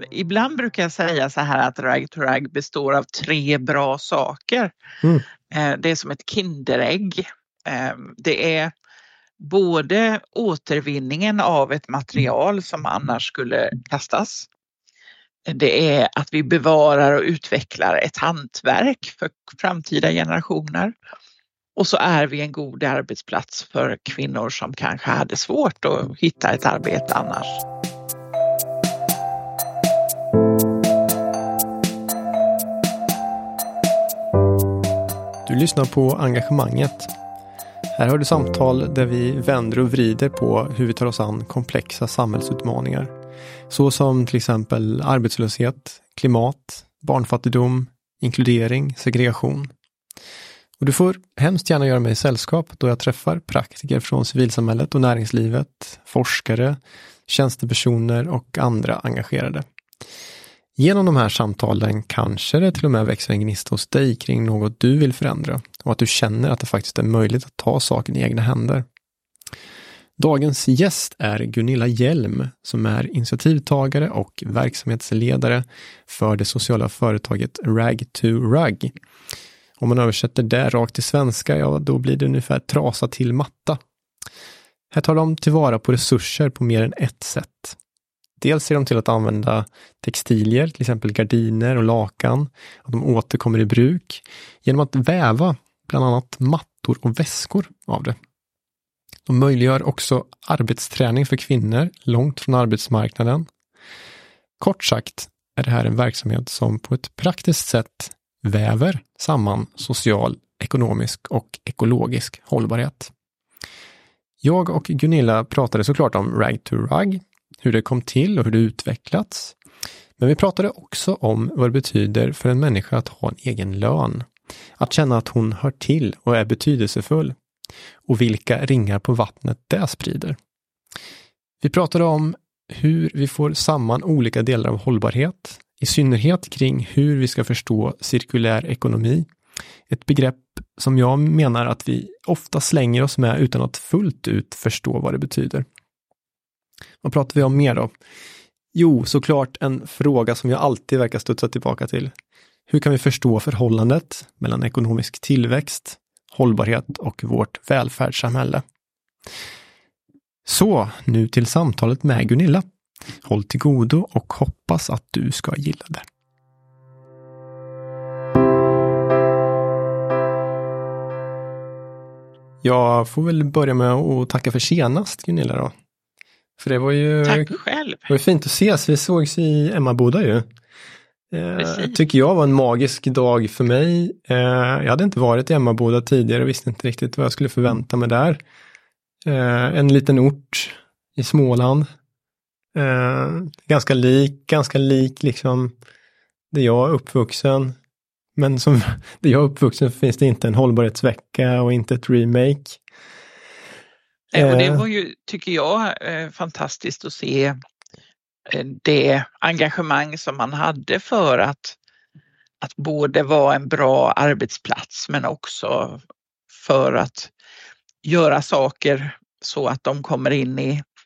Ibland brukar jag säga så här att Rag to Rag består av 3 bra saker. Det är som ett kinderägg. Det är både återvinningen av ett material som annars skulle kastas. Det är att vi bevarar och utvecklar ett hantverk för framtida generationer. Och så är vi en god arbetsplats för kvinnor som kanske hade svårt att hitta ett arbete annars. Du lyssnar på Engagemanget. Här har du samtal där vi vänder och vrider på hur vi tar oss an komplexa samhällsutmaningar. Så som till exempel arbetslöshet, klimat, barnfattigdom, inkludering, segregation. Och du får hemskt gärna göra mig i sällskap då jag träffar praktiker från civilsamhället och näringslivet, forskare, tjänstepersoner och andra engagerade. Genom de här samtalen kanske det till och med växer en gnista hos dig kring något du vill förändra och att du känner att det faktiskt är möjligt att ta saken i egna händer. Dagens gäst är Gunilla Hjelm som är initiativtagare och verksamhetsledare för det sociala företaget Rag to Rag. Om man översätter det rakt till svenska, ja då blir det ungefär trasa till matta. Här tar de tillvara på resurser på mer än ett sätt. Dels ser de till att använda textilier, till exempel gardiner och lakan, att de återkommer i bruk genom att väva bland annat mattor och väskor av det. De möjliggör också arbetsträning för kvinnor långt från arbetsmarknaden. Kort sagt är det här en verksamhet som på ett praktiskt sätt väver samman social, ekonomisk och ekologisk hållbarhet. Jag och Gunilla pratade såklart om Rag to Rag, hur det kom till och hur det utvecklats. Men vi pratade också om vad det betyder för en människa att ha en egen lön. Att känna att hon hör till och är betydelsefull. Och vilka ringar på vattnet det sprider. Vi pratade om hur vi får samman olika delar av hållbarhet. I synnerhet kring hur vi ska förstå cirkulär ekonomi. Ett begrepp som jag menar att vi ofta slänger oss med utan att fullt ut förstå vad det betyder. Vad pratar vi om mer då? Jo, såklart en fråga som jag alltid verkar studsa tillbaka till. Hur kan vi förstå förhållandet mellan ekonomisk tillväxt, hållbarhet och vårt välfärdssamhälle? Så, nu till samtalet med Gunilla. Håll till godo och hoppas att du ska gilla det. Jag får väl börja med att tacka för senast, Gunilla då. För det var ju... Tack själv. Det var fint att ses. Vi sågs i Emmaboda ju. Tycker jag var en magisk dag för mig. Jag hade inte varit i Emmaboda tidigare och visste inte riktigt vad jag skulle förvänta mig där. En liten ort i Småland. Ganska lik liksom där jag är uppvuxen. Men som där jag är uppvuxen finns det inte en hållbarhetsvecka och inte ett remake. Och det var ju, tycker jag, fantastiskt att se det engagemang som man hade för att både vara en bra arbetsplats men också för att göra saker så att de kommer in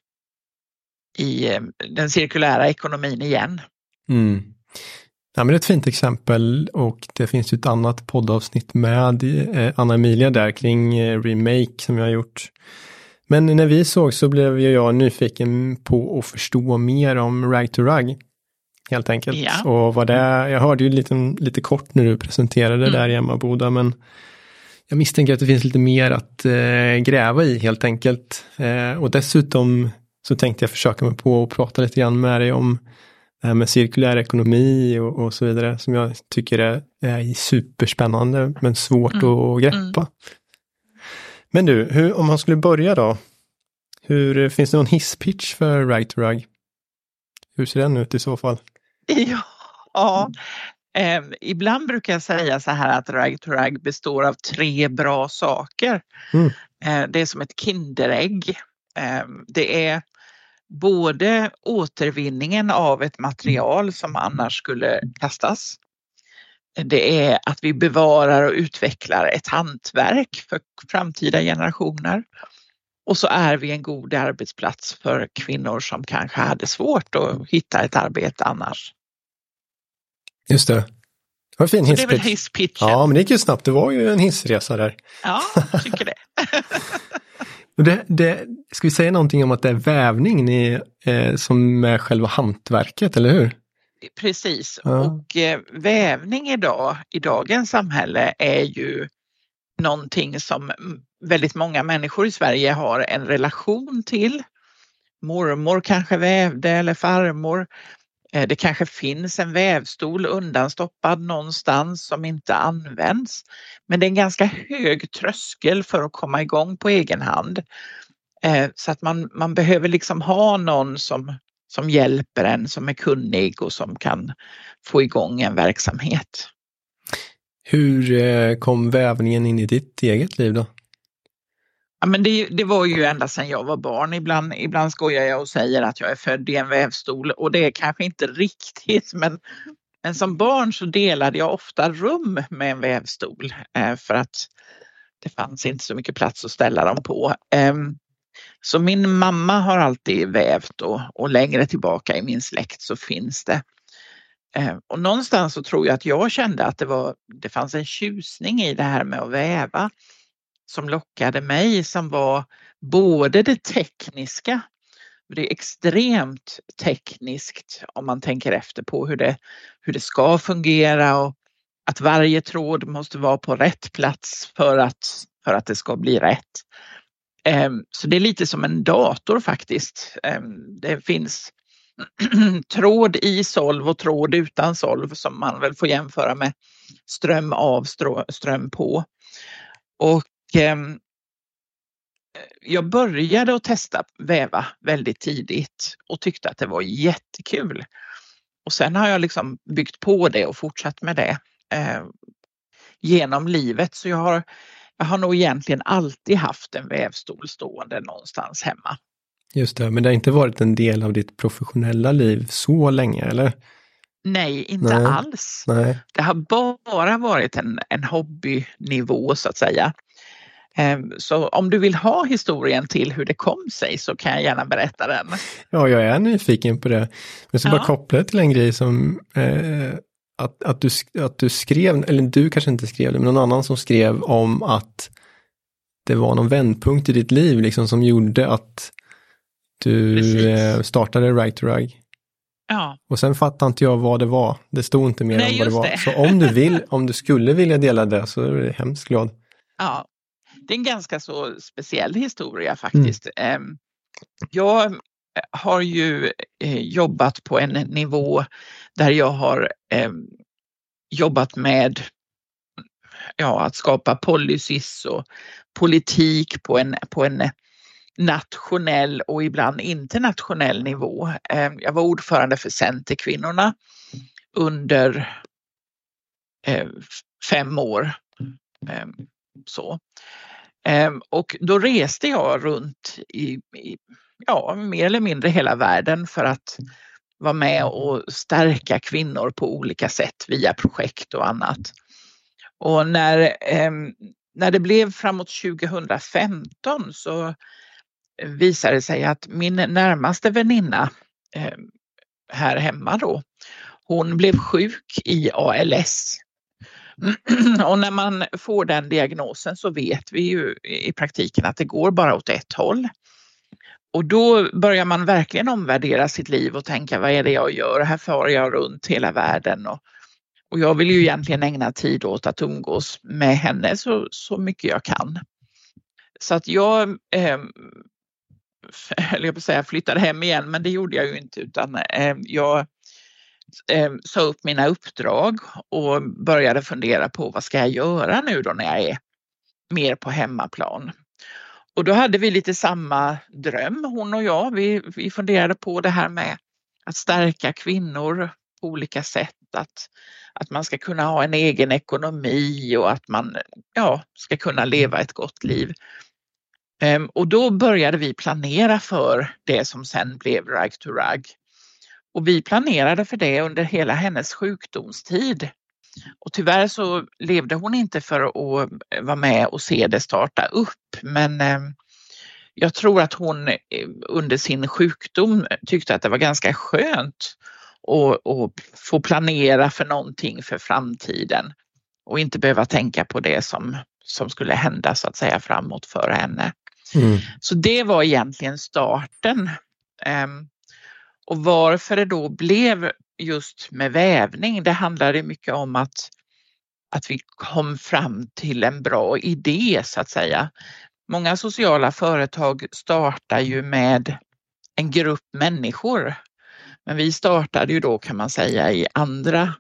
i den cirkulära ekonomin igen. Mm. Ja, men det är ett fint exempel och det finns ju ett annat poddavsnitt med Anna Emilia där kring remake som jag har gjort. Men när vi såg så blev jag nyfiken på att förstå mer om Rag to Rag helt enkelt. Ja. Och vad det är, jag hörde ju lite kort när du presenterade där i Emmaboda, men jag misstänker att det finns lite mer att gräva i helt enkelt. Och dessutom så tänkte jag försöka mig på att prata lite grann med dig om det här med cirkulär ekonomi och så vidare som jag tycker är superspännande men svårt att greppa. Men du, om man skulle börja då, finns det någon hisspitch för Rag to Rag? Hur ser den ut i så fall? Ja, ibland brukar jag säga så här att Rag to Rag består av 3 bra saker. Det är som ett kinderägg. Det är både återvinningen av ett material som annars skulle kastas. Det är att vi bevarar och utvecklar ett hantverk för framtida generationer. Och så är vi en god arbetsplats för kvinnor som kanske hade svårt att hitta ett arbete annars. Just det. Vad fin hisspitch. Det är väl hisspitchen. Ja, men det gick ju snabbt. Det var ju en hissresa där. Ja, tycker det. Ska vi säga någonting om att det är vävning som är själva hantverket, eller hur? Precis. Ja. Och vävning i dagens samhälle är ju någonting som väldigt många människor i Sverige har en relation till. Mormor kanske vävde eller farmor. Det kanske finns en vävstol undanstoppad någonstans som inte används. Men det är en ganska hög tröskel för att komma igång på egen hand. Så att man behöver liksom ha någon som hjälper en, som är kunnig och som kan få igång en verksamhet. Hur kom vävningen in i ditt eget liv då? Ja, men det var ju ända sedan jag var barn. Ibland skojar jag och säger att jag är född i en vävstol, och det är kanske inte riktigt, men som barn så delade jag ofta rum med en vävstol för att det fanns inte så mycket plats att ställa dem på. Så min mamma har alltid vävt, och längre tillbaka i min släkt så finns det. Och någonstans så tror jag att jag kände att det fanns en tjusning i det här med att väva som lockade mig, som var både det tekniska, det är extremt tekniskt om man tänker efter på hur det ska fungera, och att varje tråd måste vara på rätt plats för att det ska bli rätt. Så det är lite som en dator faktiskt. Det finns tråd i solv och tråd utan solv, som man väl får jämföra med ström av, ström på. Och jag började att testa väva väldigt tidigt och tyckte att det var jättekul. Och sen har jag liksom byggt på det och fortsatt med det genom livet. Så jag har nog egentligen alltid haft en vävstol stående någonstans hemma. Just det, men det har inte varit en del av ditt professionella liv så länge, eller? Nej, inte alls. Nej. Det har bara varit en hobbynivå så att säga. Så om du vill ha historien till hur det kom sig så kan jag gärna berätta den. Ja, jag är nyfiken på det. Men så bara koppla till en grej som att du skrev, eller du kanske inte skrev det, men någon annan som skrev om att det var någon vändpunkt i ditt liv liksom, som gjorde att du startade Rag to Rug. Ja. Och sen fattar inte jag vad det var. Det stod inte mer än vad det var. Det. Så om du skulle vilja dela det så är jag hemskt glad. Ja, det är en ganska så speciell historia faktiskt. Jag har ju jobbat på en nivå där jag har jobbat med att skapa policies och politik på en nationell och ibland internationell nivå. Jag var ordförande för Centerkvinnorna under 5 år. Och då reste jag runt i mer eller mindre hela världen för att vara med och stärka kvinnor på olika sätt via projekt och annat. Och när det blev framåt 2015 så visade det sig att min närmaste väninna här hemma då, hon blev sjuk i ALS. Och när man får den diagnosen så vet vi ju i praktiken att det går bara åt ett håll. Och då börjar man verkligen omvärdera sitt liv och tänka, vad är det jag gör? Här far jag runt hela världen och jag vill ju egentligen ägna tid åt att umgås med henne så mycket jag kan. Så att jag flyttade hem igen, men det gjorde jag ju inte, utan jag sa upp mina uppdrag och började fundera på vad ska jag göra nu då när jag är mer på hemmaplan. Och då hade vi lite samma dröm, hon och jag. Vi funderade på det här med att stärka kvinnor på olika sätt. Att man ska kunna ha en egen ekonomi och att man ska kunna leva ett gott liv. Och då började vi planera för det som sen blev Rag to Rug. Och vi planerade för det under hela hennes sjukdomstid. Och tyvärr så levde hon inte för att vara med och se det starta upp. Men jag tror att hon under sin sjukdom tyckte att det var ganska skönt att få planera för någonting för framtiden och inte behöva tänka på det som skulle hända så att säga framåt för henne. Så det var egentligen starten. Och varför det då blev just med vävning, det handlade mycket om att vi kom fram till en bra idé så att säga. Många sociala företag startar ju med en grupp människor. Men vi startade ju då kan man säga i andra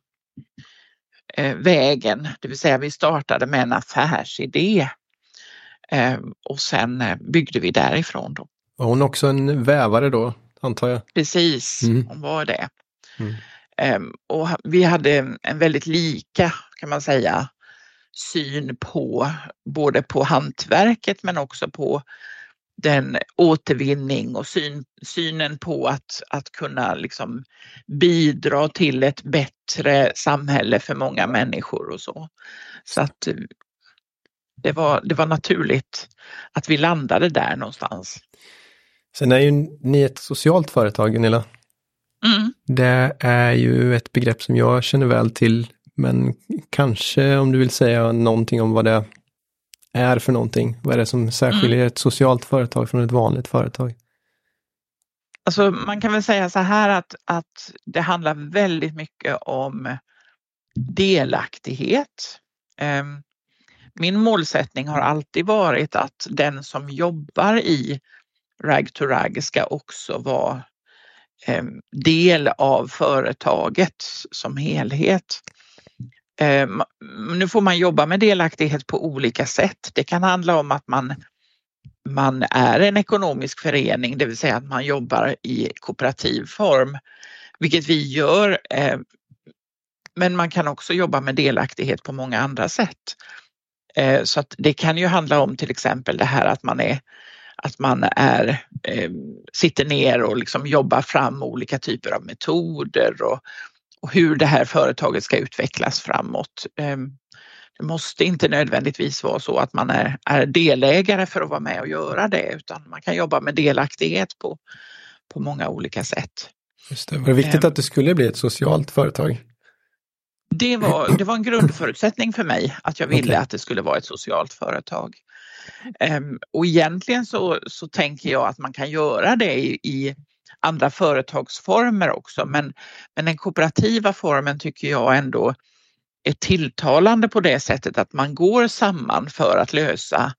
vägen. Det vill säga vi startade med en affärsidé. Och sen byggde vi därifrån då. Var hon också en vävare då, antar jag? Precis, hon var det. Och vi hade en väldigt lika kan man säga syn på både på hantverket men också på den återvinning och synen på att kunna liksom bidra till ett bättre samhälle för många människor och så. Så att det var naturligt att vi landade där någonstans. Sen är ju ni ett socialt företag, Gunilla. Det är ju ett begrepp som jag känner väl till, men kanske om du vill säga någonting om vad det är för någonting. Vad är det som särskiljer ett socialt företag från ett vanligt företag? Alltså man kan väl säga så här att det handlar väldigt mycket om delaktighet. Min målsättning har alltid varit att den som jobbar i Rag to Rag ska också vara del av företaget som helhet. Nu får man jobba med delaktighet på olika sätt. Det kan handla om att man är en ekonomisk förening, det vill säga att man jobbar i kooperativ form, vilket vi gör. Men man kan också jobba med delaktighet på många andra sätt. Så att det kan ju handla om till exempel det här att man sitter ner och liksom jobbar fram olika typer av metoder och hur det här företaget ska utvecklas framåt. Det måste inte nödvändigtvis vara så att man är delägare för att vara med och göra det, utan man kan jobba med delaktighet på många olika sätt. Just det. Var det viktigt att det skulle bli ett socialt företag? Det var en grundförutsättning för mig att jag ville att det skulle vara ett socialt företag. Och egentligen så tänker jag att man kan göra det i andra företagsformer också, men den kooperativa formen tycker jag ändå är tilltalande på det sättet att man går samman för att lösa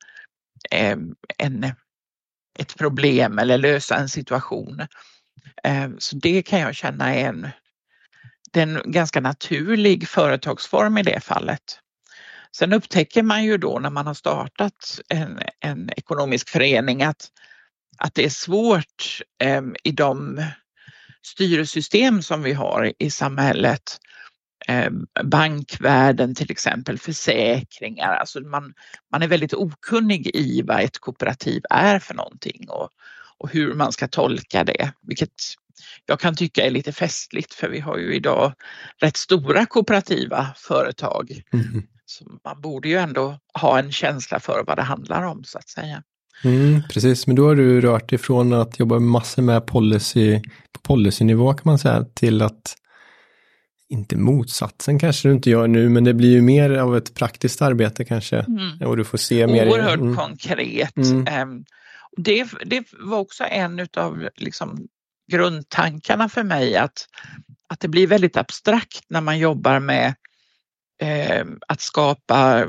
ett problem eller lösa en situation. Så det kan jag känna är en ganska naturlig företagsform i det fallet. Sen upptäcker man ju då när man har startat en ekonomisk förening att det är svårt i de styresystem som vi har i samhället, bankvärlden till exempel, försäkringar, alltså man är väldigt okunnig i vad ett kooperativ är för någonting och hur man ska tolka det, vilket jag kan tycka är lite festligt, för vi har ju idag rätt stora kooperativa företag. Så man borde ju ändå ha en känsla för vad det handlar om så att säga. Precis, men då har du rört ifrån att jobba massor med policy på policynivå kan man säga, till att inte motsatsen kanske du inte gör nu, men det blir ju mer av ett praktiskt arbete kanske. Och du får se mer. Oerhört konkret. Det var också en av liksom grundtankarna för mig att det blir väldigt abstrakt när man jobbar med att skapa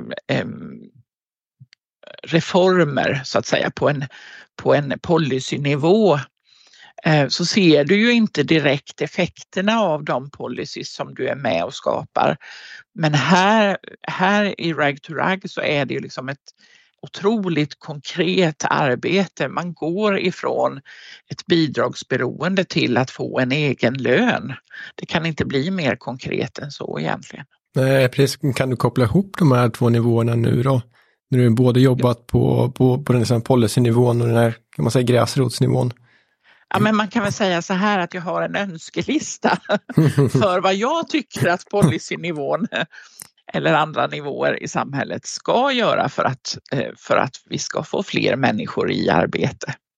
reformer så att säga på en policynivå. Så ser du ju inte direkt effekterna av de policies som du är med och skapar. Men här i Rag to Rag så är det ju liksom ett otroligt konkret arbete. Man går ifrån ett bidragsberoende till att få en egen lön. Det kan inte bli mer konkret än så egentligen. Nej, precis. Kan du koppla ihop de här två nivåerna nu då? När du både jobbat på den här policynivån och den här, kan man säga, gräsrotsnivån? Ja, men man kan väl säga så här att jag har en önskelista för vad jag tycker att policynivån eller andra nivåer i samhället ska göra för att vi ska få fler människor i arbete.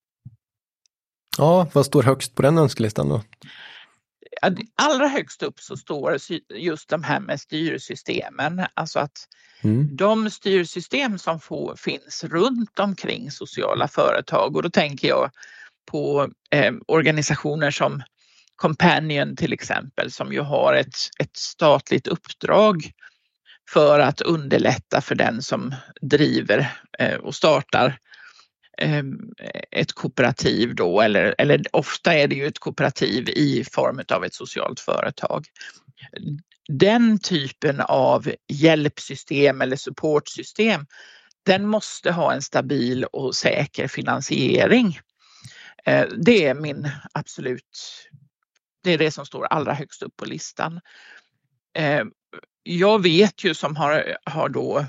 Ja, vad står högst på den önskelistan då? Allra högst upp så står just de här med styrsystemen. Alltså att de styrsystem som finns runt omkring sociala företag, och då tänker jag på organisationer som Companion till exempel, som ju har ett statligt uppdrag för att underlätta för den som driver och startar ett kooperativ då, eller ofta är det ju ett kooperativ i form av ett socialt företag. Den typen av hjälpsystem eller supportsystem, den måste ha en stabil och säker finansiering. Det är det är det som står allra högst upp på listan. Jag vet ju som har då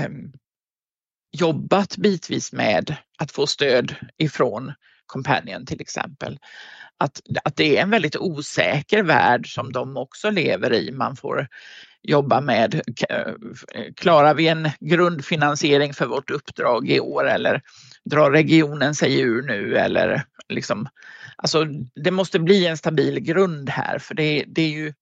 jobbat bitvis med att få stöd ifrån Companion till exempel. Att det är en väldigt osäker värld som de också lever i. Man får jobba med, klarar vi en grundfinansiering för vårt uppdrag i år, eller drar regionen sig ur nu, eller liksom, alltså det måste bli en stabil grund här, för det är ju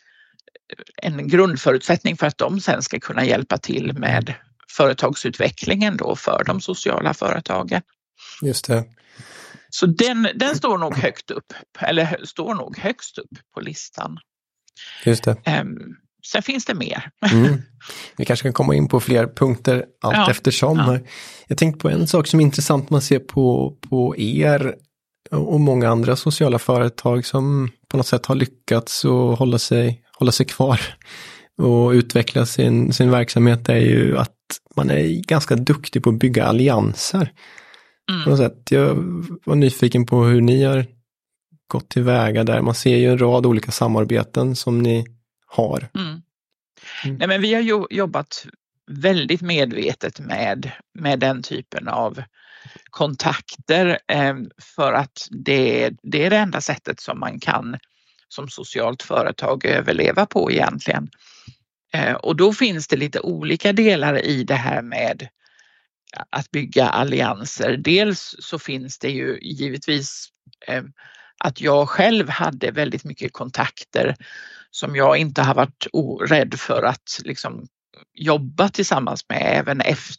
en grundförutsättning för att de sen ska kunna hjälpa till med företagsutvecklingen då för de sociala företagen. Just det. Så den står nog högt upp, eller står nog högst upp på listan. Just det. Sen finns det mer. Vi kanske kan komma in på fler punkter allt eftersom. Ja. Jag tänkte på en sak som är intressant man ser på er och många andra sociala företag som på något sätt har lyckats att hålla sig kvar och utveckla sin verksamhet, är ju att man är ganska duktig på att bygga allianser. På något sätt. Jag var nyfiken på hur ni har gått tillväga där. Man ser ju en rad olika samarbeten som ni har. Nej, men vi har jobbat väldigt medvetet med den typen av kontakter för att det är det enda sättet som man kan som socialt företag överleva på egentligen. Och då finns det lite olika delar i det här med att bygga allianser. Dels så finns det ju givetvis att jag själv hade väldigt mycket kontakter som jag inte har varit rädd för att liksom jobba tillsammans med även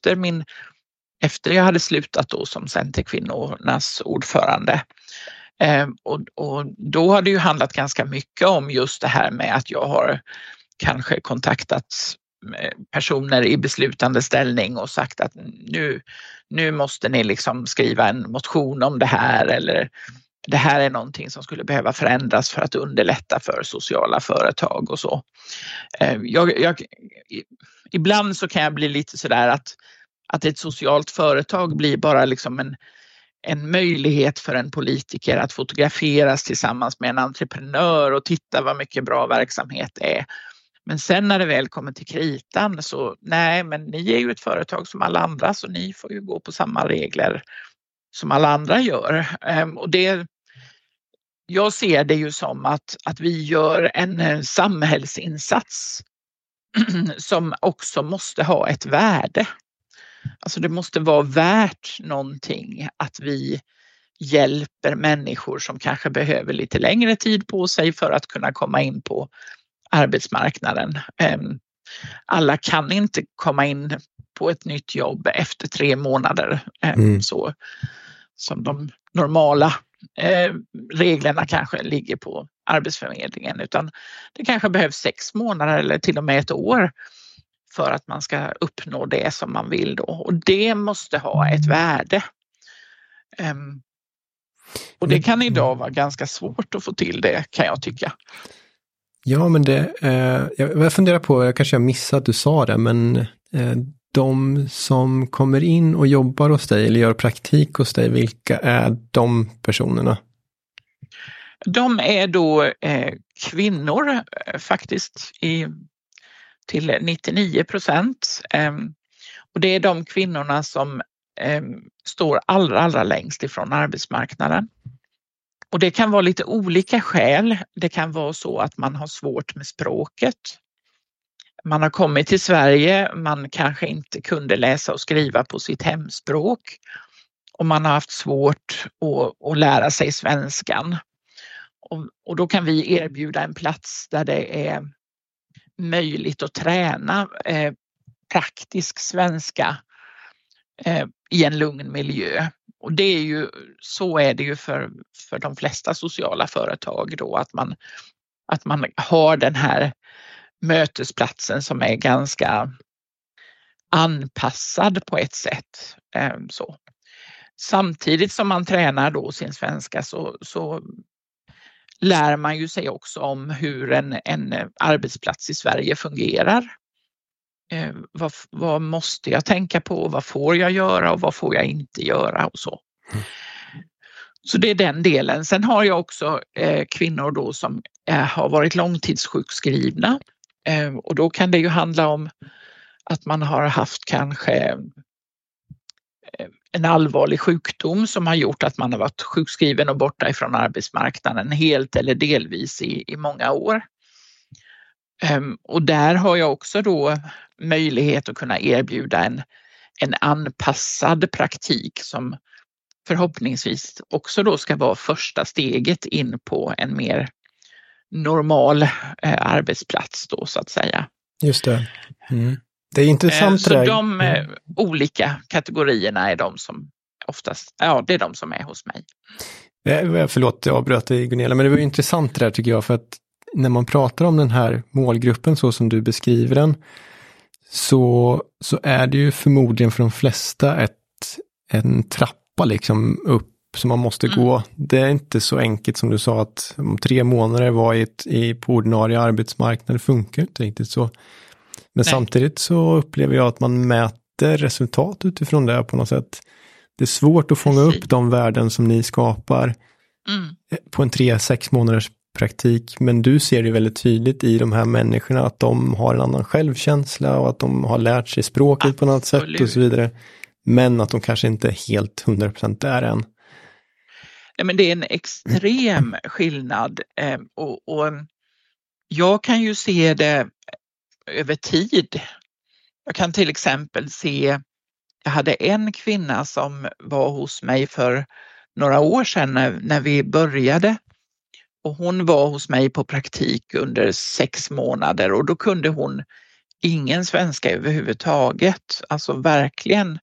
efter jag hade slutat då som Centerkvinnornas ordförande. Och då har det ju handlat ganska mycket om just det här med att jag har kanske kontaktat personer i beslutande ställning och sagt att nu måste ni liksom skriva en motion om det här, eller det här är någonting som skulle behöva förändras för att underlätta för sociala företag och så. Ibland så kan jag bli lite sådär att ett socialt företag blir bara liksom en möjlighet för en politiker att fotograferas tillsammans med en entreprenör och titta vad mycket bra verksamhet det är. Men sen när det väl kommer till kritan så nej, men ni är ju ett företag som alla andra, så ni får ju gå på samma regler som alla andra gör. Och jag ser det ju som att vi gör en samhällsinsats som också måste ha ett värde. Alltså det måste vara värt någonting att vi hjälper människor som kanske behöver lite längre tid på sig för att kunna komma in på arbetsmarknaden. Alla kan inte komma in på ett nytt jobb efter 3 månader så som de normala reglerna kanske ligger på Arbetsförmedlingen, utan det kanske behövs 6 månader eller till och med 1 år för att man ska uppnå det som man vill då, och det måste ha ett värde. Och det kan idag vara ganska svårt att få till det, kan jag tycka. Ja, men jag funderar på, jag kanske har missat att du sa det, men de som kommer in och jobbar hos dig eller gör praktik hos dig, vilka är de personerna? De är då kvinnor faktiskt till 99%. Och det är de kvinnorna som står allra längst ifrån arbetsmarknaden. Och det kan vara lite olika skäl. Det kan vara så att man har svårt med språket. Man har kommit till Sverige, man kanske inte kunde läsa och skriva på sitt hemspråk. om man har haft svårt att lära sig svenskan. Och då kan vi erbjuda en plats där det är möjligt att träna praktisk svenska i en lugn miljö. Och det är ju, så är det ju för de flesta sociala företag då, att man har den här mötesplatsen som är ganska anpassad på ett sätt. Så. Samtidigt som man tränar då sin svenska så lär man ju sig också om hur en arbetsplats i Sverige fungerar. Vad måste jag tänka på? Vad får jag göra och vad får jag inte göra och så. Så det är den delen. Sen har jag också kvinnor då som har varit långtidssjukskrivna. Och då kan det ju handla om att man har haft kanske en allvarlig sjukdom som har gjort att man har varit sjukskriven och borta ifrån arbetsmarknaden helt eller delvis i många år. Och där har jag också då möjlighet att kunna erbjuda en anpassad praktik som förhoppningsvis också då ska vara första steget in på en mer normal arbetsplats då så att säga. Just det. Mm. Det är intressant. Så de olika kategorierna är de som oftast, det är de som är hos mig. Förlåt, jag avbröt dig Gunilla, men det var intressant det där tycker jag, för att när man pratar om den här målgruppen så som du beskriver den så är det ju förmodligen för de flesta en trappa liksom upp som man måste gå. Det är inte så enkelt som du sa att om 3 månader var på ordinarie arbetsmarknad, funkar inte riktigt så. Men samtidigt så upplever jag att man mäter resultat utifrån det på något sätt. Det är svårt att fånga upp de värden som ni skapar på en 3-6 månaders praktik. Men du ser det väldigt tydligt i de här människorna att de har en annan självkänsla och att de har lärt sig språket på något sätt och så vidare. Men att de kanske inte är helt 100% där än. Nej, men det är en extrem skillnad och jag kan ju se det över tid. Jag kan till exempel se, jag hade en kvinna som var hos mig för några år sedan när vi började. Och hon var hos mig på praktik under 6 månader och då kunde hon ingen svenska överhuvudtaget. Alltså verkligen,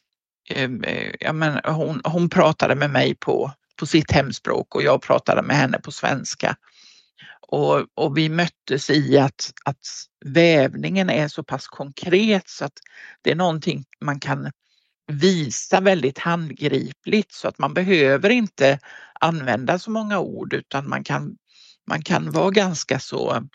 hon pratade med mig på sitt hemspråk och jag pratade med henne på svenska. Och vi möttes i att vävningen är så pass konkret så att det är någonting man kan visa väldigt handgripligt så att man behöver inte använda så många ord utan man kan vara ganska så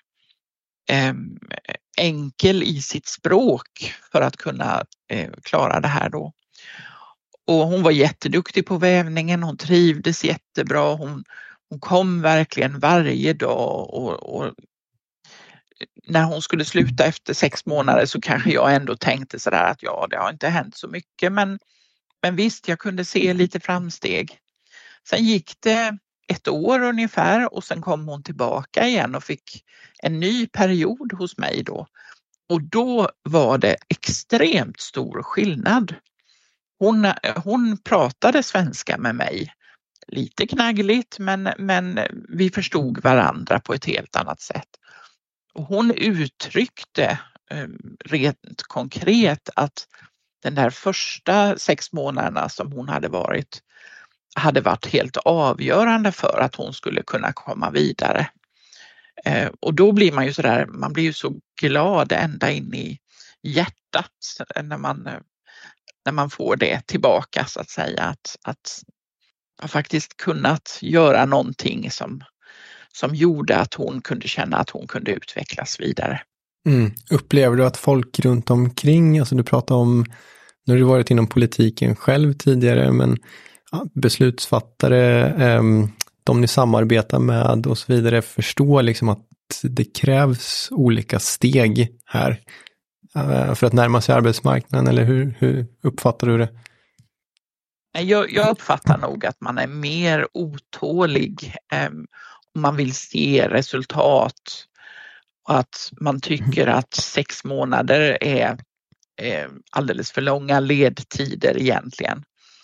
enkel i sitt språk för att kunna klara det här då. Och hon var jätteduktig på vävningen, hon trivdes jättebra, hon kom verkligen varje dag och när hon skulle sluta efter 6 månader så kanske jag ändå tänkte sådär att det har inte hänt så mycket men visst, jag kunde se lite framsteg. Sen gick det 1 år ungefär och sen kom hon tillbaka igen och fick en ny period hos mig då. Och då var det extremt stor skillnad. Hon pratade svenska med mig. Lite knaggligt men vi förstod varandra på ett helt annat sätt. Och hon uttryckte rent konkret att den där första 6 månaderna som hon hade varit helt avgörande för att hon skulle kunna komma vidare. Och då blir man ju sådär, man blir ju så glad ända in i hjärtat när man får det tillbaka så att säga. Att man faktiskt kunnat göra någonting som gjorde att hon kunde känna att hon kunde utvecklas vidare. Upplever du att folk runt omkring, alltså du pratar om, när du varit inom politiken själv tidigare, men beslutsfattare, de ni samarbetar med och så vidare, förstår liksom att det krävs olika steg här för att närma sig arbetsmarknaden, eller hur uppfattar du det? Jag uppfattar nog att man är mer otålig om man vill se resultat och att man tycker att 6 månader är alldeles för långa ledtider egentligen.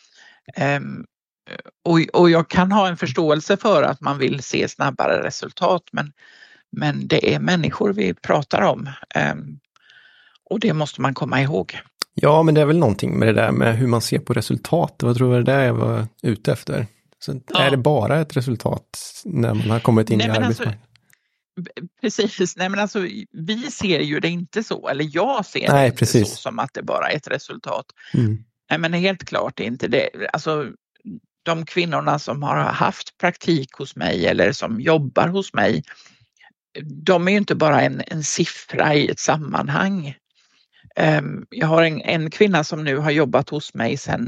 Och jag kan ha en förståelse för att man vill se snabbare resultat, men det är människor vi pratar om. Och det måste man komma ihåg. Ja, men det är väl någonting med det där med hur man ser på resultat. Vad tror jag det där jag var ute efter? Så är det bara ett resultat när man har kommit in i arbetsmarknaden? Precis, nej men alltså vi ser ju det inte så, eller jag ser det inte så som att det bara är ett resultat. Nej men helt klart inte det. Alltså de kvinnorna som har haft praktik hos mig eller som jobbar hos mig, de är ju inte bara en siffra i ett sammanhang. Jag har en kvinna som nu har jobbat hos mig sedan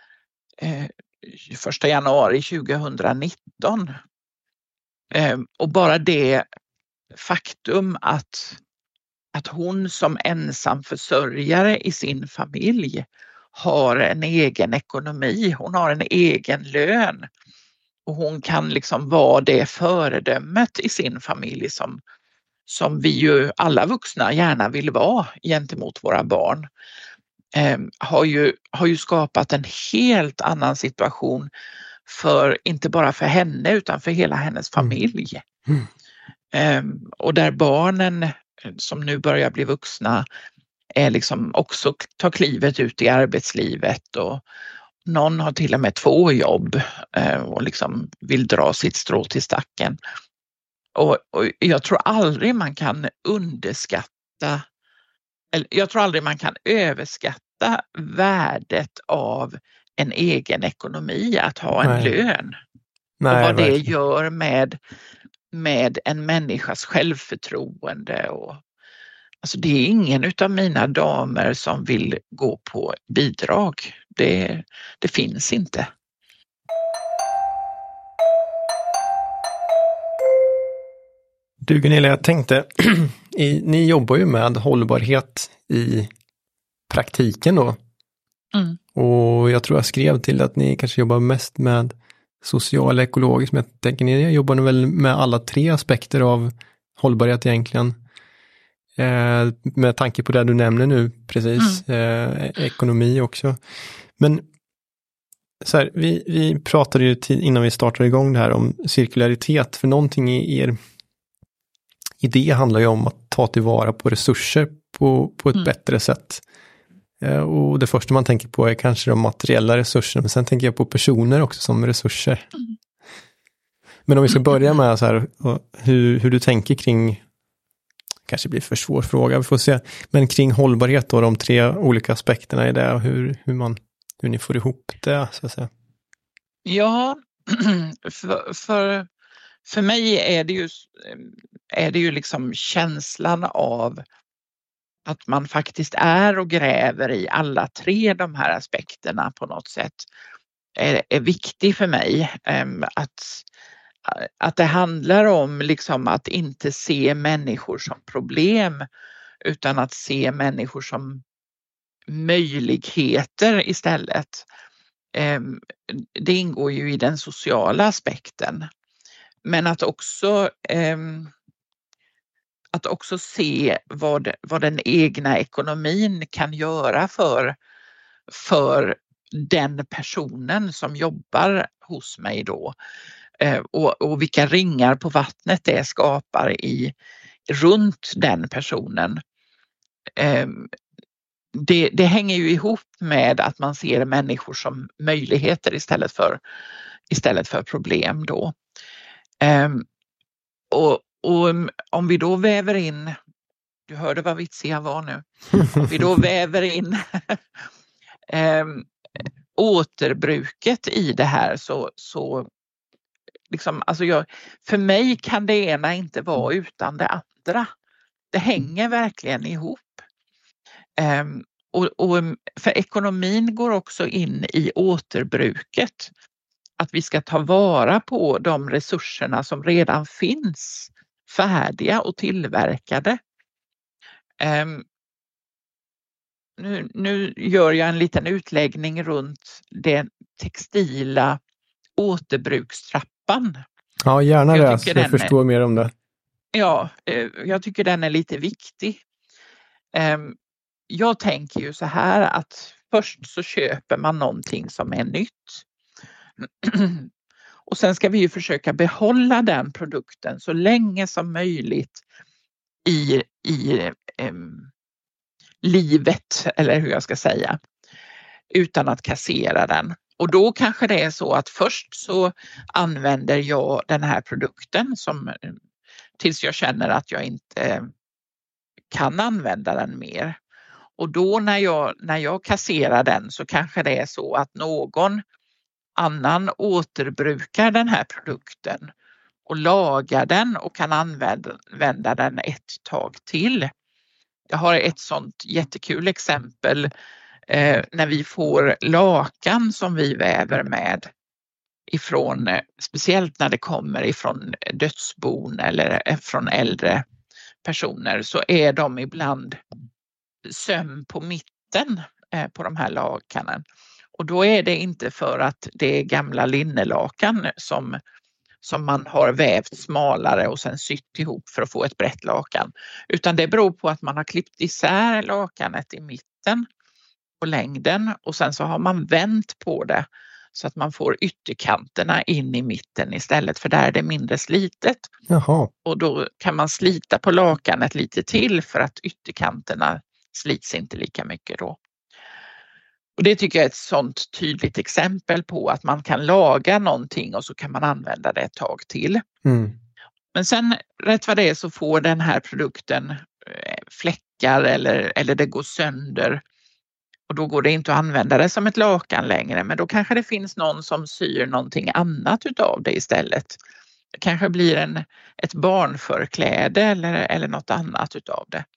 1 januari 2019. Och bara det faktum att hon som ensam försörjare i sin familj har en egen ekonomi, hon har en egen lön och hon kan liksom vara det föredömet i sin familj som vi ju alla vuxna gärna vill vara gentemot våra barn, har ju skapat en helt annan situation för inte bara för henne utan för hela hennes familj. Och där barnen som nu börjar bli vuxna är liksom också tar klivet ut i arbetslivet och någon har till och med 2 jobb och liksom vill dra sitt strå till stacken. Och jag tror aldrig man kan överskatta värdet av en egen ekonomi, att ha en lön. Och vad det gör med en människas självförtroende. Och, alltså det är ingen utav mina damer som vill gå på bidrag. Det finns inte. Du Gunilla, jag tänkte, ni jobbar ju med hållbarhet i praktiken då. Och jag tror jag skrev till att ni kanske jobbar mest med social och ekologiskt, men jag tänker ni jobbar väl med alla 3 aspekter av hållbarhet egentligen. Med tanke på det du nämner nu, precis. Ekonomi också. Men så här, vi pratade ju innan vi startade igång det här om cirkularitet, för någonting i er idé handlar ju om att ta tillvara på resurser på ett bättre sätt. Och det första man tänker på är kanske de materiella resurserna, men sen tänker jag på personer också som resurser. Men om vi ska börja med så här, hur du tänker kring, kanske blir för svår fråga, vi får se, men kring hållbarhet då, de 3 olika aspekterna i det och hur ni får ihop det så att säga. Ja, för mig är det ju liksom känslan av att man faktiskt är och gräver i alla 3 de här aspekterna på något sätt är viktig för mig. Att det handlar om liksom att inte se människor som problem utan att se människor som möjligheter istället. Det ingår ju i den sociala aspekten. Men att också se vad den egna ekonomin kan göra för den personen som jobbar hos mig då. Och vilka ringar på vattnet det skapar runt den personen. Det hänger ju ihop med att man ser människor som möjligheter istället för problem då. Och om vi då väver in, du hörde vad vitsig jag var nu, om vi då väver in återbruket i det här så liksom, alltså för mig kan det ena inte vara utan det andra. Det hänger verkligen ihop. Och för ekonomin går också in i återbruket. Att vi ska ta vara på de resurserna som redan finns färdiga och tillverkade. Nu gör jag en liten utläggning runt den textila återbrukstrappan. Ja, gärna det, så jag förstår mer om det. Ja, jag tycker den är lite viktig. Jag tänker ju så här att Först så köper man någonting som är nytt. Och sen ska vi ju försöka behålla den produkten så länge som möjligt i livet, eller hur jag ska säga, utan att kassera den. Och då kanske det är så att först så använder jag den här produkten tills jag känner att jag inte kan använda den mer. Och då när jag kasserar den så kanske det är så att någon annan återbrukar den här produkten och lagar den och kan använda den ett tag till. Jag har ett sånt jättekul exempel när vi får lakan som vi väver med ifrån, speciellt när det kommer ifrån dödsbon eller från äldre personer, så är de ibland söm på mitten på de här lakanen. Och då är det inte för att det är gamla linnelakan som man har vävt smalare och sen sytt ihop för att få ett brett lakan. Utan det beror på att man har klippt isär lakanet i mitten på längden och sen så har man vänt på det så att man får ytterkanterna in i mitten istället, för där är det mindre slitet. Jaha. Och då kan man slita på lakanet lite till för att ytterkanterna slits inte lika mycket då. Och det tycker jag är ett sånt tydligt exempel på att man kan laga någonting och så kan man använda det ett tag till. Mm. Men sen rätt vad det är så får den här produkten fläckar eller det går sönder. Och då går det inte att använda det som ett lakan längre, men då kanske det finns någon som syr någonting annat utav det istället. Det kanske blir ett barnförkläde eller något annat utav det.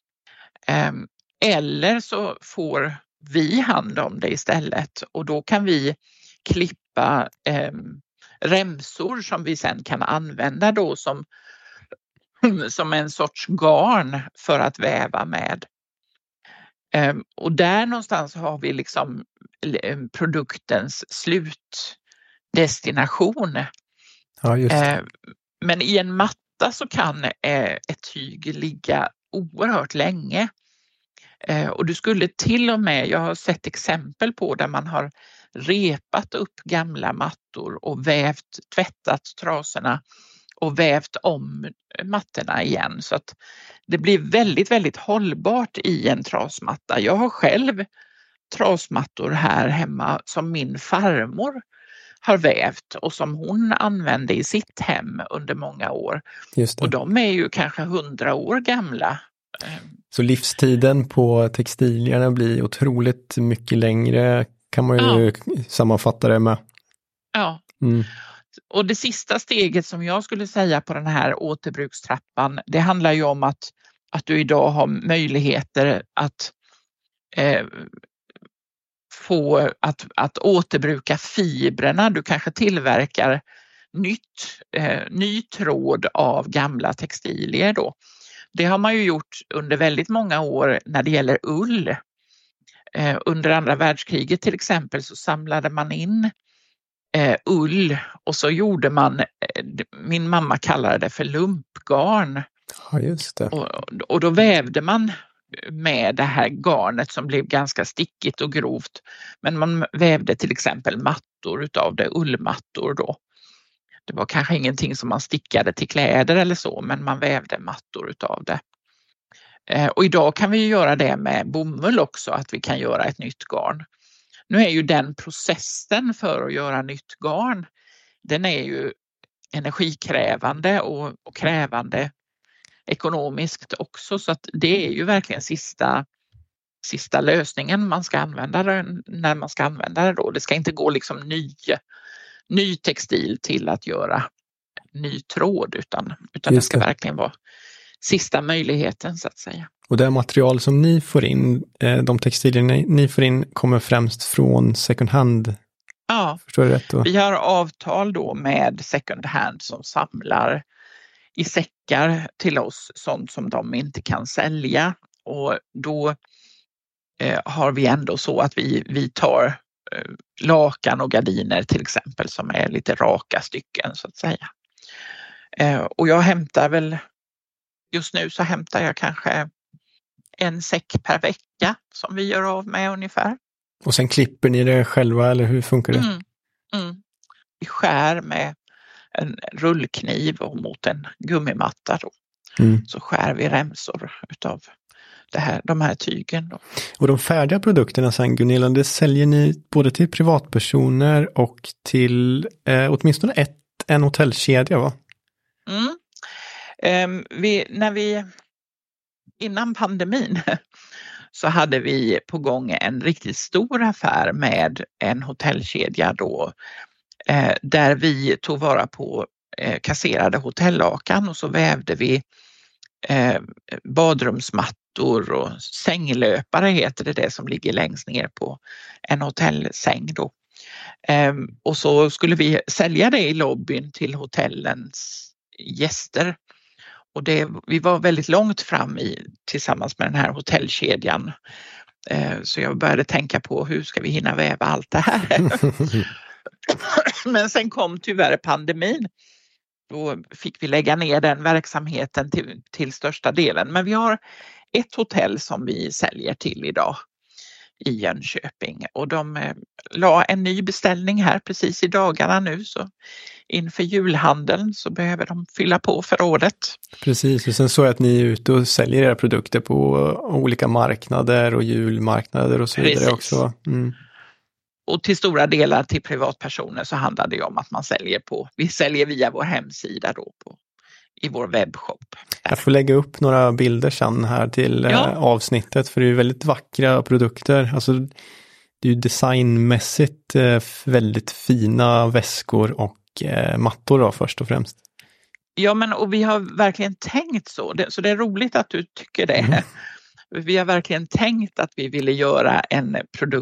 Eller så får vi hand om det istället och då kan vi klippa remsor som vi sen kan använda då som en sorts garn för att väva med. Och där någonstans har vi liksom produktens slutdestination. Ja, just det. Men i en matta så kan ett tyg ligga oerhört länge. Och du skulle till och med, jag har sett exempel på där man har repat upp gamla mattor och tvättat trasorna och vävt om mattorna igen så att det blir väldigt, väldigt hållbart i en trasmatta. Jag har själv trasmattor här hemma som min farmor har vävt och som hon använde i sitt hem under många år. Just det. Och de är ju kanske 100 år gamla. Så livstiden på textilierna blir otroligt mycket längre, kan man ju sammanfatta det med. Ja. Mm. Och det sista steget som jag skulle säga på den här återbrukstrappan, det handlar ju om att du idag har möjligheter att återbruka fibrerna. Du kanske tillverkar ny tråd av gamla textilier då. Det har man ju gjort under väldigt många år när det gäller ull. Under andra världskriget till exempel så samlade man in ull och så gjorde man, min mamma kallade det för lumpgarn. Ja, just det. Och då vävde man med det här garnet som blev ganska stickigt och grovt. Men man vävde till exempel mattor utav det, ullmattor då. Det var kanske ingenting som man stickade till kläder eller så, men man vävde mattor utav det. Och idag kan vi göra det med bomull också, att vi kan göra ett nytt garn. Nu är ju den processen för att göra nytt garn, den är ju energikrävande och krävande ekonomiskt också, så att det är ju verkligen sista lösningen man ska använda det, när man ska använda det då. Det ska inte gå liksom ny textil till att göra ny tråd utan det ska verkligen vara sista möjligheten så att säga. Och det material som ni får in, de textilier ni får in kommer främst från second hand? Ja, förstår jag rätt då? Vi har avtal då med second hand som samlar i säckar till oss sånt som de inte kan sälja, och då har vi ändå så att vi tar lakan och gardiner till exempel som är lite raka stycken så att säga. Och jag hämtar väl, just nu så hämtar jag kanske en säck per vecka som vi gör av med ungefär. Och sen klipper ni det själva eller hur funkar det? Vi skär med en rullkniv och mot en gummimatta då. Så skär vi remsor utav de här tygen då. Och de färdiga produkterna sen, Gunilla, det säljer ni både till privatpersoner och till åtminstone en hotellkedja, va? Innan pandemin så hade vi på gång en riktigt stor affär med en hotellkedja då, där vi tog vara på kasserade hotellakan och så vävde vi badrumsmattor och sänglöpare heter det som ligger längst ner på en hotellsäng då. Och så skulle vi sälja det i lobbyn till hotellens gäster. Och vi var väldigt långt fram tillsammans med den här hotellkedjan. Så jag började tänka på hur ska vi hinna väva allt det här. Men sen kom tyvärr pandemin. Då fick vi lägga ner den verksamheten till största delen. Men vi har ett hotell som vi säljer till idag i Jönköping. Och de la en ny beställning här precis i dagarna nu. Så inför julhandeln så behöver de fylla på förrådet. Precis, och sen så att ni är ute och säljer era produkter på olika marknader och julmarknader och så vidare. Precis. Också. Och till stora delar till privatpersoner så handlar det om att vi säljer via vår hemsida då i vår webbshop. Jag får lägga upp några bilder sen här till avsnittet, för det är väldigt vackra produkter. Alltså det är ju designmässigt väldigt fina väskor och mattor då först och främst. Ja, men och vi har verkligen tänkt så. Så det är roligt att du tycker det. Vi har verkligen tänkt att vi ville göra en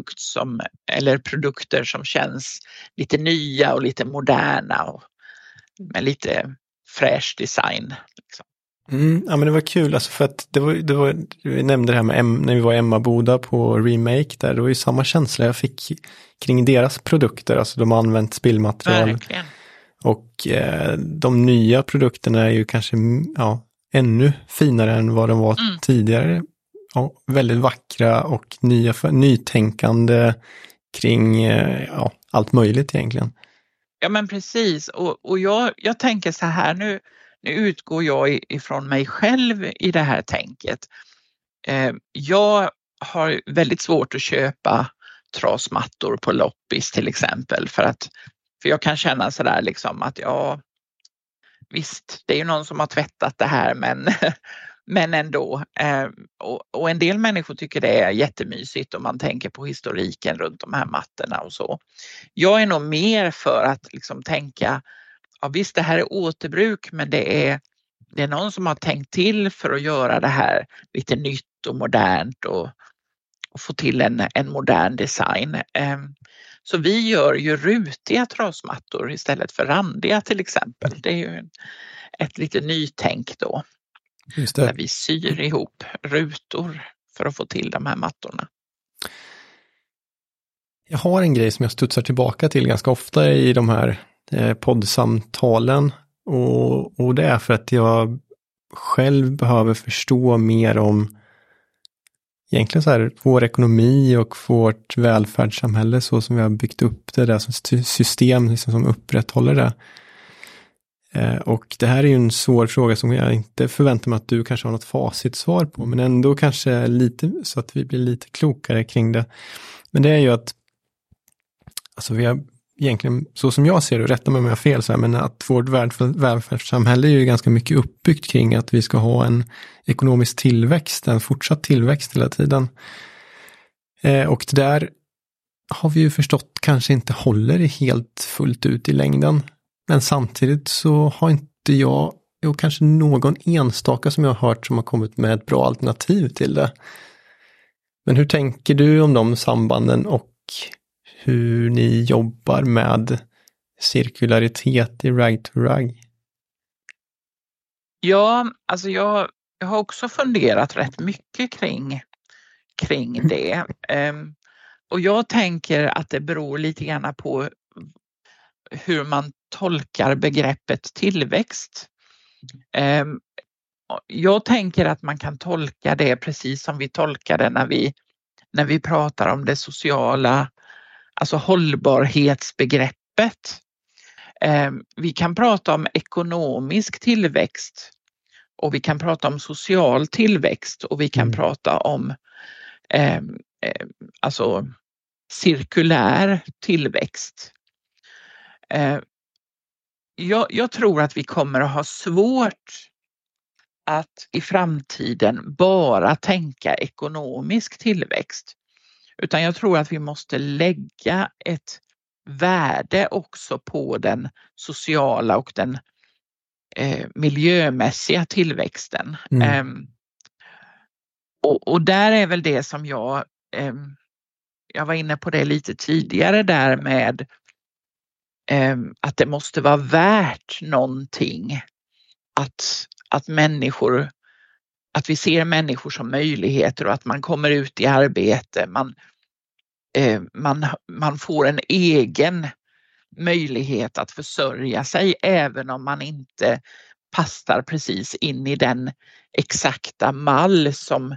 produkter som känns lite nya och lite moderna och med lite fräsch design. Liksom. Ja, men det var kul alltså, för att vi nämnde det här med när vi var i Emmaboda på Remake där, det var ju samma känsla jag fick kring deras produkter, alltså de har använt spillmaterial. Verkligen. Och de nya produkterna är ju kanske ännu finare än vad de var tidigare. Ja, väldigt vackra och nytänkande kring allt möjligt egentligen. Ja, men precis. Och jag tänker så här, nu utgår jag ifrån mig själv i det här tänket. Jag har väldigt svårt att köpa trasmattor på loppis till exempel, för jag kan känna så där liksom att visst, det är ju någon som har tvättat det här, men ändå. Och en del människor tycker det är jättemysigt om man tänker på historiken runt de här mattorna och så. Jag är nog mer för att liksom tänka, visst det här är återbruk, men det är någon som har tänkt till för att göra det här lite nytt och modernt och få till en modern design. Så vi gör ju rutiga trasmattor istället för randiga till exempel. Det är ju ett lite nytänk då. Just det. Där vi syr ihop rutor för att få till de här mattorna. Jag har en grej som jag studsar tillbaka till ganska ofta i de här poddsamtalen. Och det är för att jag själv behöver förstå mer om egentligen så här vår ekonomi och vårt välfärdssamhälle så som vi har byggt upp det där som system liksom, som upprätthåller det. Och det här är ju en svår fråga som jag inte förväntar mig att du kanske har något facitsvar på, men ändå kanske lite så att vi blir lite klokare kring det. Men det är ju att alltså vi har egentligen, så som jag ser det, rätta mig om jag har fel så här, men att vårt välfärdssamhälle är ju ganska mycket uppbyggt kring att vi ska ha en ekonomisk tillväxt, en fortsatt tillväxt hela tiden. Och det där har vi ju förstått kanske inte håller helt fullt ut i längden. Men samtidigt så har inte jag och kanske någon enstaka som jag har hört som har kommit med ett bra alternativ till det. Men hur tänker du om de sambanden och hur ni jobbar med cirkularitet i Rag to Rag? Ja, alltså jag har också funderat rätt mycket kring det. Och jag tänker att det beror lite grann på hur man tolkar begreppet tillväxt. Jag tänker att man kan tolka det precis som vi tolkade när vi när vi pratar om det sociala, alltså hållbarhetsbegreppet. Vi kan prata om ekonomisk tillväxt och vi kan prata om social tillväxt och vi kan prata om alltså cirkulär tillväxt. Jag tror att vi kommer att ha svårt att i framtiden bara tänka ekonomisk tillväxt. Utan jag tror att vi måste lägga ett värde också på den sociala och den miljömässiga tillväxten. Och där är väl det som jag var inne på det lite tidigare där med att det måste vara värt någonting att vi ser människor som möjligheter och att man kommer ut i arbete, man får en egen möjlighet att försörja sig även om man inte passar precis in i den exakta mall som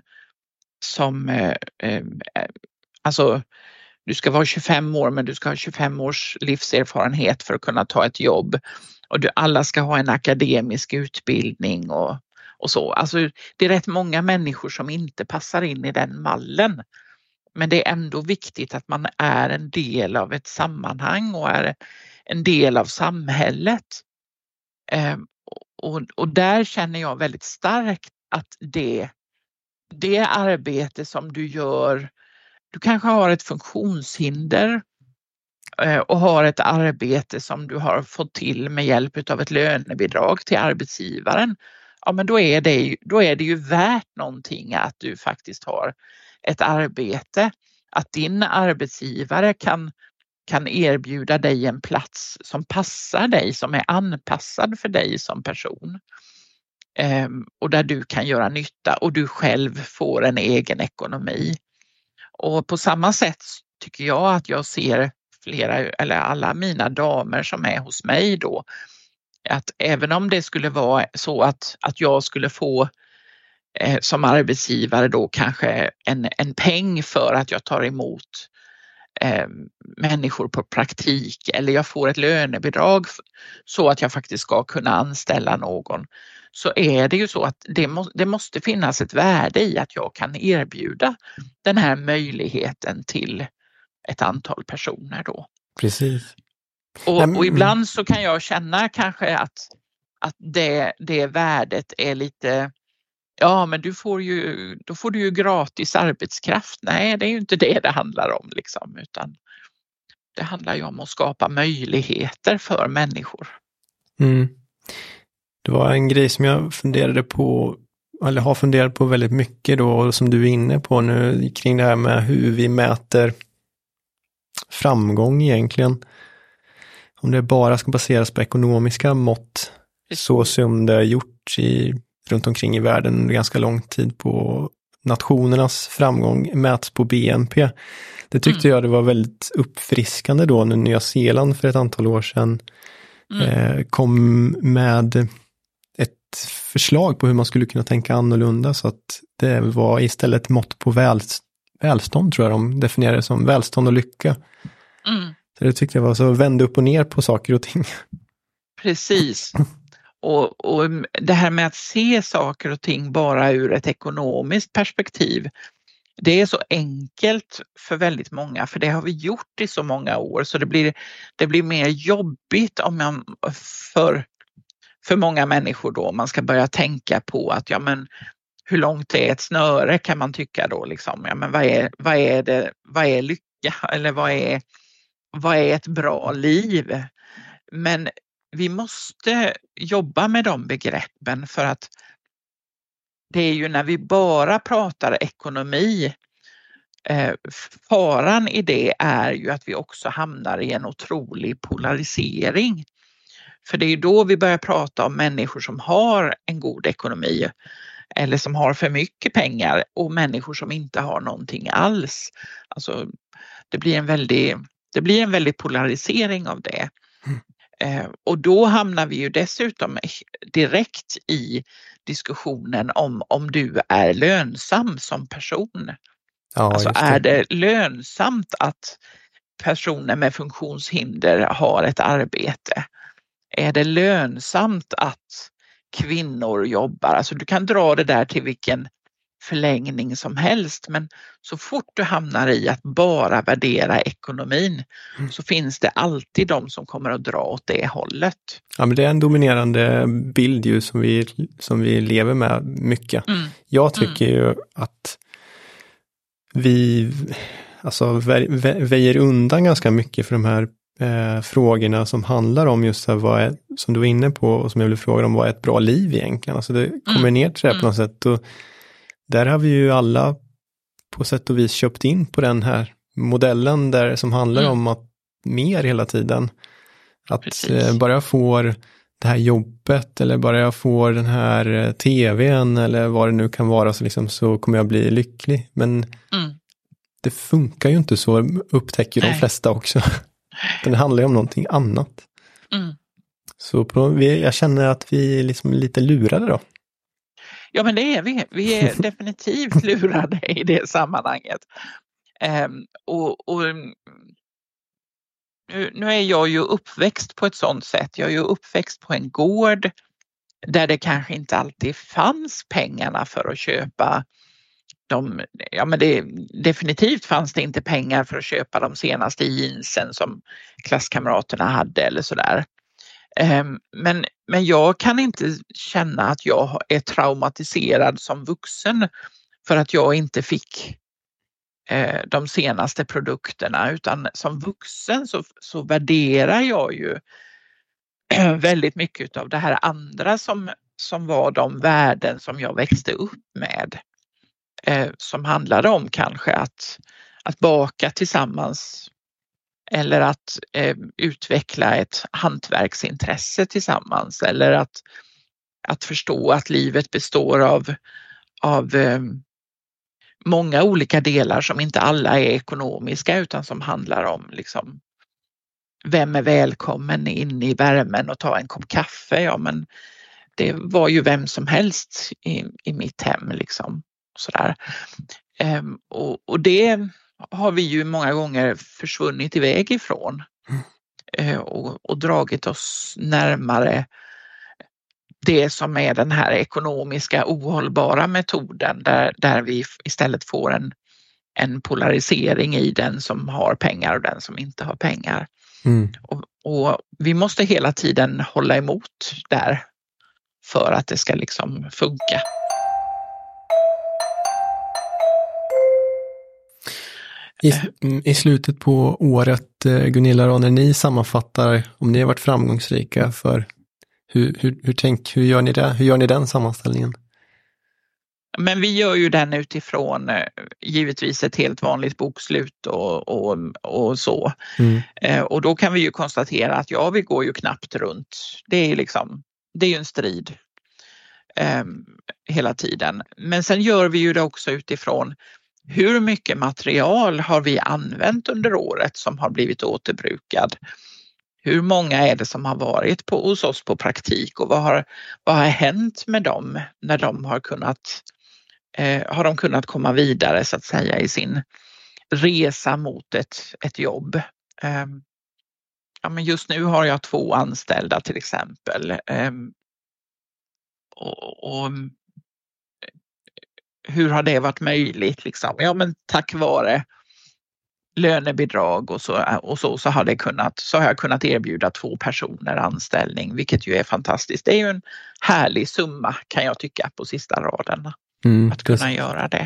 alltså du ska vara 25 år men du ska ha 25 års livserfarenhet för att kunna ta ett jobb och alla ska ha en akademisk utbildning och så. Alltså det är rätt många människor som inte passar in i den mallen. Men det är ändå viktigt att man är en del av ett sammanhang och är en del av samhället. Och där känner jag väldigt starkt att det arbete som du gör, du kanske har ett funktionshinder och har ett arbete som du har fått till med hjälp av ett lönebidrag till arbetsgivaren. Ja, men då är det ju värt någonting att du faktiskt har ett arbete. Att din arbetsgivare kan erbjuda dig en plats som passar dig, som är anpassad för dig som person. Och där du kan göra nytta och du själv får en egen ekonomi. Och på samma sätt tycker jag att jag ser alla mina damer som är hos mig då, att även om det skulle vara så att jag skulle få som arbetsgivare då kanske en peng för att jag tar emot människor på praktik eller jag får ett lönebidrag så att jag faktiskt ska kunna anställa någon, så är det ju så att det måste finnas ett värde i att jag kan erbjuda den här möjligheten till ett antal personer då. Precis. Och ibland så kan jag känna kanske att det värdet är lite, ja men då får du ju gratis arbetskraft. Nej, det är ju inte det handlar om liksom, utan det handlar ju om att skapa möjligheter för människor. Det var en grej som jag funderade på, eller har funderat på väldigt mycket då, och som du är inne på nu kring det här med hur vi mäter framgång egentligen. Om det bara ska baseras på ekonomiska mått, så som det har gjort runt omkring i världen under ganska lång tid, på nationernas framgång mäts på BNP. Det tyckte jag det var väldigt uppfriskande då när Nya Zeeland för ett antal år sedan kom med ett förslag på hur man skulle kunna tänka annorlunda, så att det var istället mått på välstånd, tror jag de definierade det som, välstånd och lycka. Så det tyckte jag var så, vände upp och ner på saker och ting. Precis. Och det här med att se saker och ting bara ur ett ekonomiskt perspektiv, det är så enkelt för väldigt många, för det har vi gjort i så många år, så det blir mer jobbigt för många människor då. Man ska börja tänka på att ja men hur långt är ett snöre, kan man tycka då liksom. Ja men vad är lycka, eller vad är ett bra liv? Men vi måste jobba med de begreppen, för att det är ju när vi bara pratar ekonomi, faran i det är ju att vi också hamnar i en otrolig polarisering. För det är ju då vi börjar prata om människor som har en god ekonomi eller som har för mycket pengar och människor som inte har någonting alls. Alltså det blir en väldig polarisering av det. Och då hamnar vi ju dessutom direkt i diskussionen om du är lönsam som person. Ja, alltså just det. är det lönsamt att personer med funktionshinder har ett arbete? Är det lönsamt att kvinnor jobbar? Alltså du kan dra det där till vilken förlängning som helst, men så fort du hamnar i att bara värdera ekonomin så finns det alltid de som kommer att dra åt det hållet. Ja, men det är en dominerande bild ju som vi lever med mycket. Jag tycker ju att vi alltså väjer undan ganska mycket för de här frågorna som handlar om just här, vad är, som du var inne på och som jag vill fråga om, vad är ett bra liv egentligen? Alltså det kommer ner till det på något sätt, och där har vi ju alla på sätt och vis köpt in på den här modellen där som handlar om att mer hela tiden. Att bara jag får det här jobbet eller bara jag får den här tvn eller vad det nu kan vara så kommer jag bli lycklig. Men det funkar ju inte så, upptäcker de flesta också. Det handlar ju om någonting annat. Så jag känner att vi är liksom lite lurade då. Ja, men det är vi. Vi är definitivt lurade i det sammanhanget. Nu är jag ju uppväxt på ett sådant sätt. Jag är ju uppväxt på en gård där det kanske inte alltid fanns pengarna för att köpa definitivt fanns det inte pengar för att köpa de senaste jeansen som klasskamraterna hade eller sådär. Men jag kan inte känna att jag är traumatiserad som vuxen för att jag inte fick de senaste produkterna, utan som vuxen så värderar jag ju väldigt mycket av det här andra som var de värden som jag växte upp med. Som handlade om kanske att baka tillsammans eller att utveckla ett hantverksintresse tillsammans, eller att förstå att livet består av många olika delar som inte alla är ekonomiska utan som handlar om liksom, vem är välkommen in i värmen och ta en kopp kaffe? Ja, men det var ju vem som helst i mitt hem liksom. Sådär. Och det har vi ju många gånger försvunnit iväg ifrån och dragit oss närmare det som är den här ekonomiska ohållbara metoden där vi istället får en polarisering i den som har pengar och den som inte har pengar. Och vi måste hela tiden hålla emot där för att det ska liksom funka. I slutet på året, Gunilla, när ni sammanfattar om ni har varit framgångsrika, för hur gör ni det? Hur gör ni den sammanställningen? Men vi gör ju den utifrån givetvis ett helt vanligt bokslut och så. Och då kan vi ju konstatera att vi går ju knappt runt. Det är ju en strid hela tiden. Men sen gör vi ju det också utifrån hur mycket material har vi använt under året som har blivit återbrukad? Hur många är det som har varit hos oss på praktik och vad har hänt med dem när de har kunnat komma vidare så att säga i sin resa mot ett jobb? Men just nu har jag 2 anställda till exempel. Och hur har det varit möjligt liksom? Ja, men tack vare lönebidrag och så har jag kunnat erbjuda 2 personer anställning, vilket ju är fantastiskt. Det är ju en härlig summa kan jag tycka på sista raden att kunna göra det.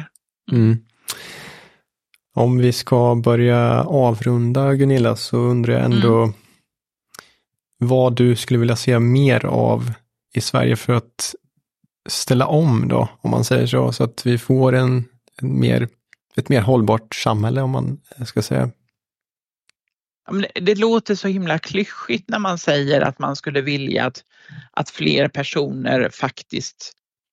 Om vi ska börja avrunda, Gunilla, så undrar jag ändå vad du skulle vilja se mer av i Sverige för att ställa om då, om man säger så att vi får ett mer hållbart samhälle, om man ska säga. Det låter så himla klyschigt när man säger att man skulle vilja att fler personer faktiskt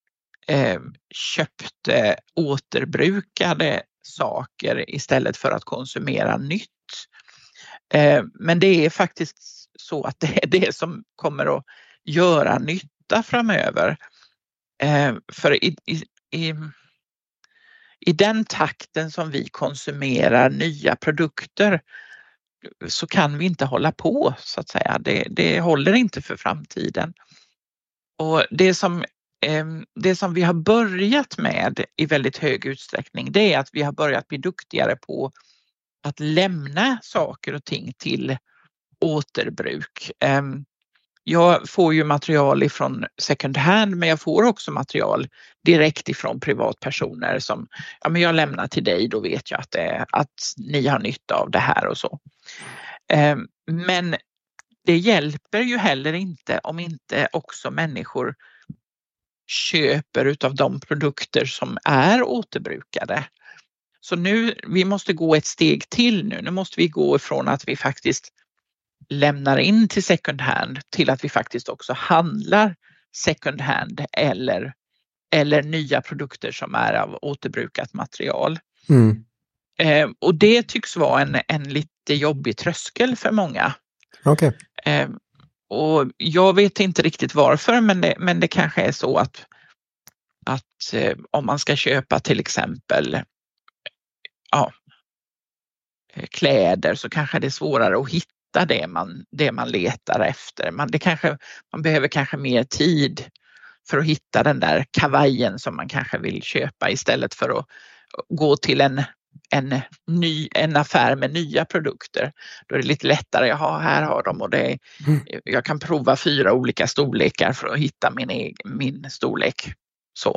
köpte återbrukade saker istället för att konsumera nytt. Men det är faktiskt så att det är det som kommer att göra nytta framöver. För i den takten som vi konsumerar nya produkter så kan vi inte hålla på, så att säga. Det håller inte för framtiden. Och det som vi har börjat med i väldigt hög utsträckning, det är att vi har börjat bli duktigare på att lämna saker och ting till återbruk. Jag får ju material ifrån second hand, men jag får också material direkt ifrån privatpersoner som, ja men jag lämnar till dig, då vet jag att ni har nytta av det här och så. Men det hjälper ju heller inte om inte också människor köper utav de produkter som är återbrukade. Så nu, vi måste gå ett steg till nu. Nu måste vi gå ifrån att vi faktiskt lämnar in till second hand till att vi faktiskt också handlar second hand eller nya produkter som är av återbrukat material. Och det tycks vara en lite jobbig tröskel för många. Okay. Och jag vet inte riktigt varför, men det kanske är så att om man ska köpa till exempel kläder, så kanske det är svårare att hitta det man letar efter. Man behöver kanske mer tid för att hitta den där kavajen som man kanske vill köpa, istället för att gå till en affär med nya produkter. Då är det lite lättare, här har de, och jag kan prova 4 olika storlekar för att hitta min storlek. Så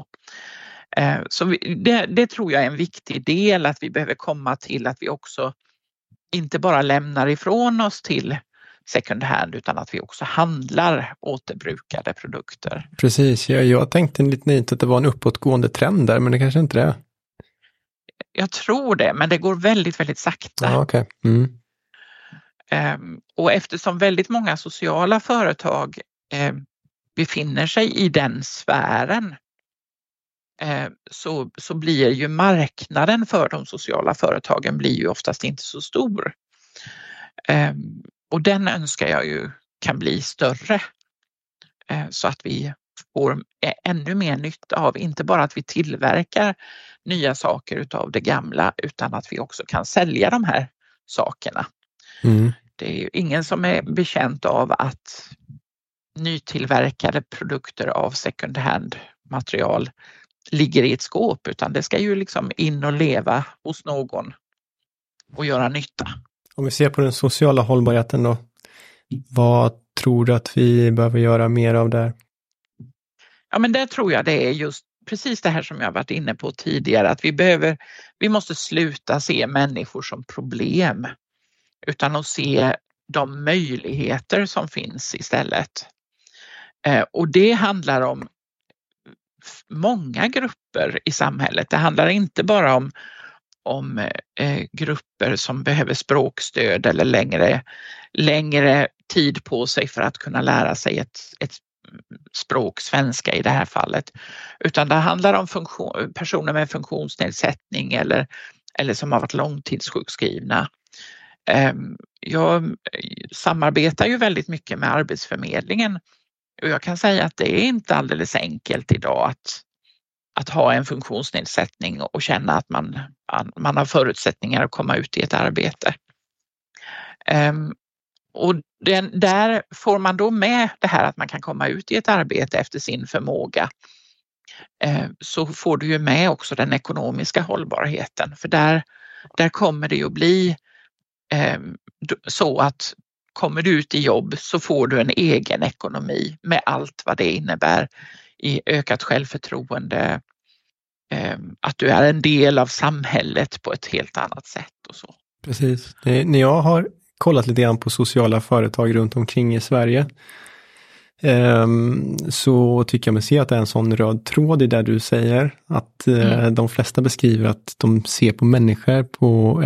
det tror jag är en viktig del, att vi behöver komma till att vi också inte bara lämnar ifrån oss till second hand, utan att vi också handlar återbrukade produkter. Precis, jag tänkte lite nit att det var en uppåtgående trend där, men det kanske inte är. Jag tror det, men det går väldigt, väldigt sakta. Ja, okay. Och eftersom väldigt många sociala företag befinner sig i den sfären, så blir ju marknaden för de sociala företagen blir ju oftast inte så stor. Och den önskar jag ju kan bli större, så att vi får ännu mer nytta av, inte bara att vi tillverkar nya saker utav det gamla, utan att vi också kan sälja de här sakerna. Det är ju ingen som är bekänt av att nytillverkade produkter av second hand material ligger i ett skåp, utan det ska ju liksom in och leva hos någon och göra nytta. Om vi ser på den sociala hållbarheten då, vad tror du att vi behöver göra mer av där? Ja, men där tror jag det är just precis det här som jag varit inne på tidigare, att vi måste sluta se människor som problem, utan att se de möjligheter som finns istället. Och det handlar om många grupper i samhället. Det handlar inte bara om grupper som behöver språkstöd eller längre tid på sig för att kunna lära sig ett språk, svenska i det här fallet, utan det handlar om personer med funktionsnedsättning eller som har varit långtidssjukskrivna. Jag samarbetar ju väldigt mycket med Arbetsförmedlingen, och jag kan säga att det är inte alldeles enkelt idag att ha en funktionsnedsättning och känna att man har förutsättningar att komma ut i ett arbete. Och där får man då med det här att man kan komma ut i ett arbete efter sin förmåga, så får du ju med också den ekonomiska hållbarheten, för där kommer det ju att bli så att kommer du ut i jobb så får du en egen ekonomi med allt vad det innebär i ökat självförtroende, att du är en del av samhället på ett helt annat sätt och så. Precis. När jag har kollat lite grann på sociala företag runt omkring i Sverige, så tycker jag mig se att det är en sån röd tråd i det du säger, att de flesta beskriver att de ser på människor på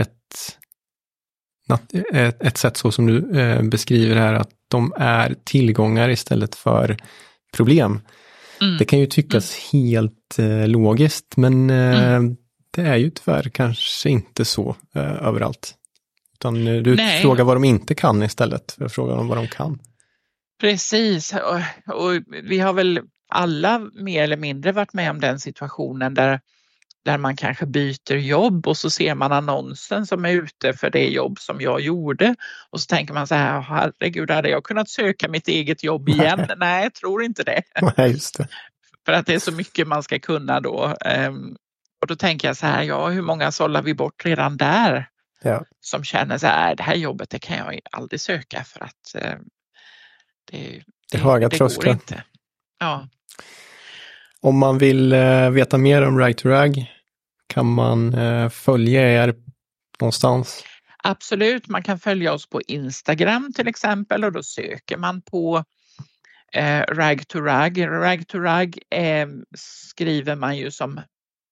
ett sätt så som du beskriver här, att de är tillgångar istället för problem. Det kan ju tyckas helt logiskt, men det är ju tyvärr kanske inte så överallt. Utan du frågar vad de inte kan istället för att fråga dem vad de kan. Precis, och vi har väl alla mer eller mindre varit med om den situationen där där man kanske byter jobb och så ser man annonsen som är ute för det jobb som jag gjorde. Och så tänker man så här, herregud, hade jag kunnat söka mitt eget jobb igen? Nej, jag tror inte det. Nej, just det. För att det är så mycket man ska kunna då. Och då tänker jag så här, ja, hur många sållar vi bort redan där? Ja. Som känner så här, det här jobbet det kan jag aldrig söka för att det höga det trösklar. går inte. Ja. Om man vill veta mer om Rag2Rag, kan man följa er någonstans? Absolut, man kan följa oss på Instagram till exempel och då söker man på Rag2Rag. Rag2Rag skriver man ju som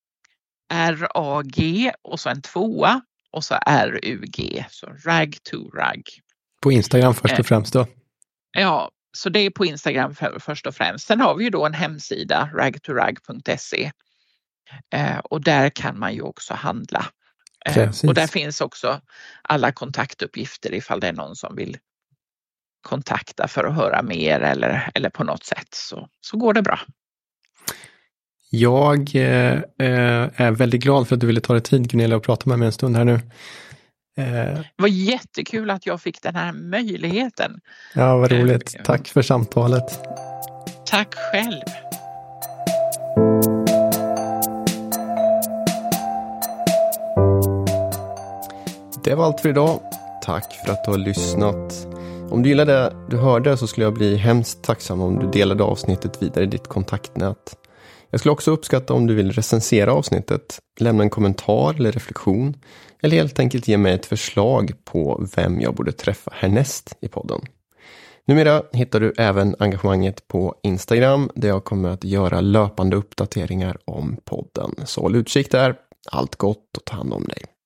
RAG och så en 2 och så RUG, så Rag2Rag. På Instagram först och främst då? Ja, så det är på Instagram först och främst. Sen har vi ju då en hemsida, rag2rag.se, och där kan man ju också handla. Och där finns också alla kontaktuppgifter ifall det är någon som vill kontakta för att höra mer eller på något sätt, så går det bra. Jag är väldigt glad för att du ville ta dig tid, Gunilla, och prata med mig en stund här nu. Det var jättekul att jag fick den här möjligheten. Ja, vad roligt. Tack för samtalet. Tack själv. Det var allt för idag. Tack för att du har lyssnat. Om du gillade det du hörde så skulle jag bli hemskt tacksam om du delade avsnittet vidare i ditt kontaktnät. Jag skulle också uppskatta om du vill recensera avsnittet, lämna en kommentar eller reflektion, eller helt enkelt ge mig ett förslag på vem jag borde träffa härnäst i podden. Numera hittar du även engagemanget på Instagram där jag kommer att göra löpande uppdateringar om podden. Så håll utkik där, allt gott och ta hand om dig.